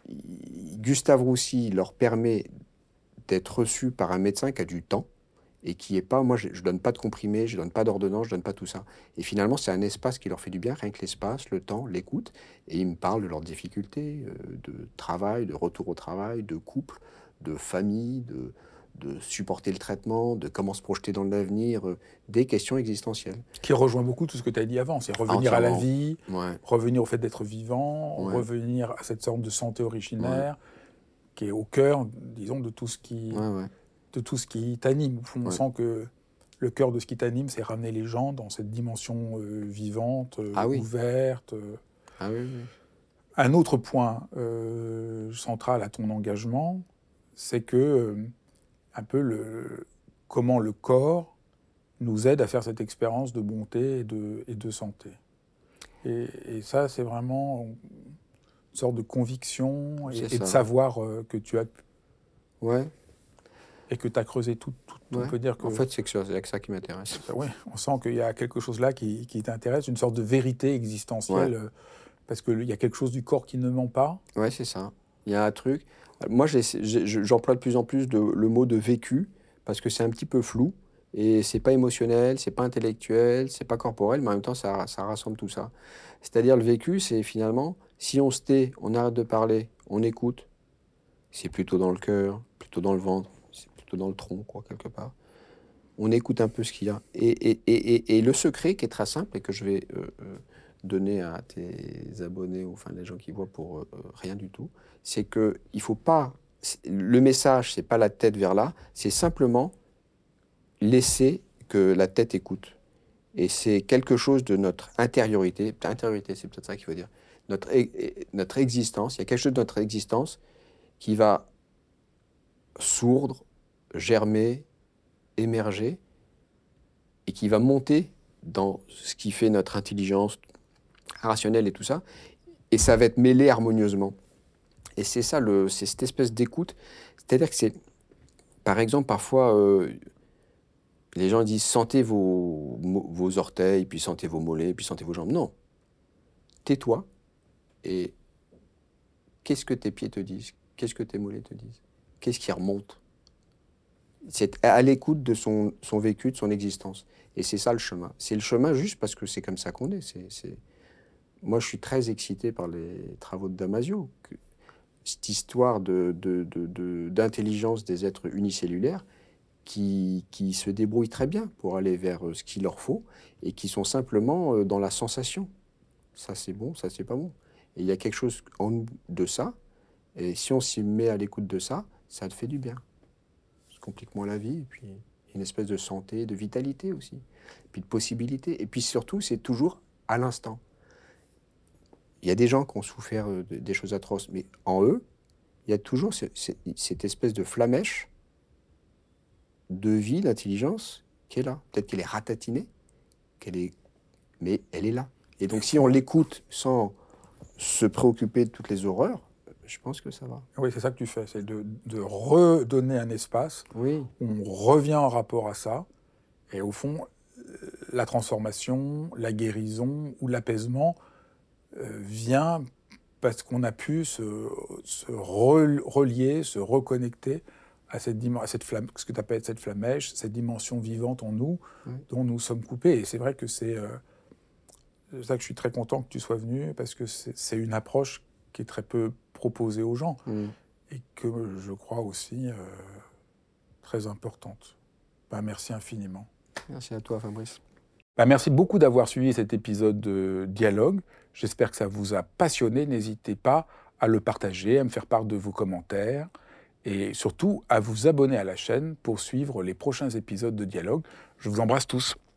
il- Gustave Roussy leur permet d'être reçus par un médecin qui a du temps, et qui est pas, moi je, je donne pas de comprimés, je donne pas d'ordonnance, je donne pas tout ça. Et finalement, c'est un espace qui leur fait du bien, rien que l'espace, le temps, l'écoute. Et ils me parlent de leurs difficultés, euh, de travail, de retour au travail, de couple, de famille, de, de supporter le traitement, de comment se projeter dans l'avenir, euh, des questions existentielles. Qui rejoint beaucoup tout ce que tu as dit avant, c'est revenir à la Entièrement. vie, Ouais, revenir au fait d'être vivant, ouais, revenir à cette sorte de santé ouais, originaire qui est au cœur, disons, de tout ce qui, ouais, ouais, de tout ce qui t'anime. Au fond, on ouais. sent que le cœur de ce qui t'anime, c'est ramener les gens dans cette dimension euh, vivante, euh, Ah oui, ouverte. euh. ah oui, oui. Un autre point euh, central à ton engagement, c'est que euh, un peu le, comment le corps nous aide à faire cette expérience de bonté et de, et de santé. Et, et ça, c'est vraiment une sorte de conviction et, C'est et de ça. savoir euh, que tu as Ouais, et que tu as creusé tout, tout. On ouais. peut dire En que, fait, c'est que ça, c'est que ça qui m'intéresse. oui, on sent qu'il y a quelque chose là qui, qui t'intéresse, une sorte de vérité Ouais. existentielle, euh, parce qu'il y a quelque chose du corps qui ne ment pas. Ouais, c'est ça. Il y a un truc. Moi, j'ai- j'ai- je- j'emploie de plus en plus de- le mot de vécu parce que c'est un petit peu flou et c'est pas émotionnel, c'est pas intellectuel, c'est pas corporel, mais en même temps, ça, ça rassemble tout ça. C'est-à-dire, le vécu, c'est finalement, si on se tait, on arrête de parler, on écoute, c'est plutôt dans le cœur, plutôt dans le ventre, c'est plutôt dans le tronc, quoi, quelque part. On écoute un peu ce qu'il y a. Et, et, et, et, et le secret qui est très simple et que je vais euh, euh, donner à tes abonnés ou enfin les gens qui voient pour euh, rien du tout, c'est que il faut pas. Le message, c'est pas la tête vers là, c'est simplement laisser que la tête écoute. Et c'est quelque chose de notre intériorité. Intériorité, c'est peut-être ça qu'il faut dire. Notre, notre existence, il y a quelque chose de notre existence qui va sourdre, germer, émerger et qui va monter dans ce qui fait notre intelligence rationnelle et tout ça, et ça va être mêlé harmonieusement. Et c'est ça, le, c'est cette espèce d'écoute. C'est-à-dire que c'est, par exemple, parfois, euh, les gens disent sentez vos, vos orteils, puis sentez vos mollets, puis sentez vos jambes. Non. Tais-toi et qu'est-ce que tes pieds te disent? Qu'est-ce que tes mollets te disent? Qu'est-ce qui remonte? C'est à l'écoute de son, son vécu, de son existence. Et c'est ça le chemin. C'est le chemin juste parce que c'est comme ça qu'on est. C'est, c'est... Moi, je suis très excité par les travaux de Damasio. Que, cette histoire de, de, de, de, d'intelligence des êtres unicellulaires qui, qui se débrouillent très bien pour aller vers ce qu'il leur faut et qui sont simplement dans la sensation. Ça, c'est bon, ça, c'est pas bon. Et il y a quelque chose en nous de ça. Et si on s'y met à l'écoute de ça, ça te fait du bien. Ça complique moins la vie. Et puis, une espèce de santé, de vitalité aussi. Et puis de possibilités. Et puis surtout, c'est toujours à l'instant. Il y a des gens qui ont souffert de, des choses atroces, mais en eux, il y a toujours ce, ce, cette espèce de flamèche de vie, d'intelligence qui est là. Peut-être qu'elle est ratatinée, qu'elle est... mais elle est là. Et donc si on l'écoute sans se préoccuper de toutes les horreurs, je pense que ça va. Oui, c'est ça que tu fais, c'est de, de redonner un espace. Oui. On revient en rapport à ça. Et au fond, la transformation, la guérison ou l'apaisement euh, vient parce qu'on a pu se, se relier, se reconnecter à cette, dim- à cette flamme, ce que tu appelles cette flamèche, cette dimension vivante en nous, Oui. dont nous sommes coupés. Et c'est vrai que c'est euh, c'est ça que je suis très content que tu sois venu, parce que c'est, c'est une approche qui est très peu proposée aux gens, Mm. et que je crois aussi euh, très importante. Ben, merci infiniment. Merci à toi, Fabrice. Ben, merci beaucoup d'avoir suivi cet épisode de Dialogue. J'espère que ça vous a passionné. N'hésitez pas à le partager, à me faire part de vos commentaires, et surtout à vous abonner à la chaîne pour suivre les prochains épisodes de Dialogue. Je vous embrasse tous.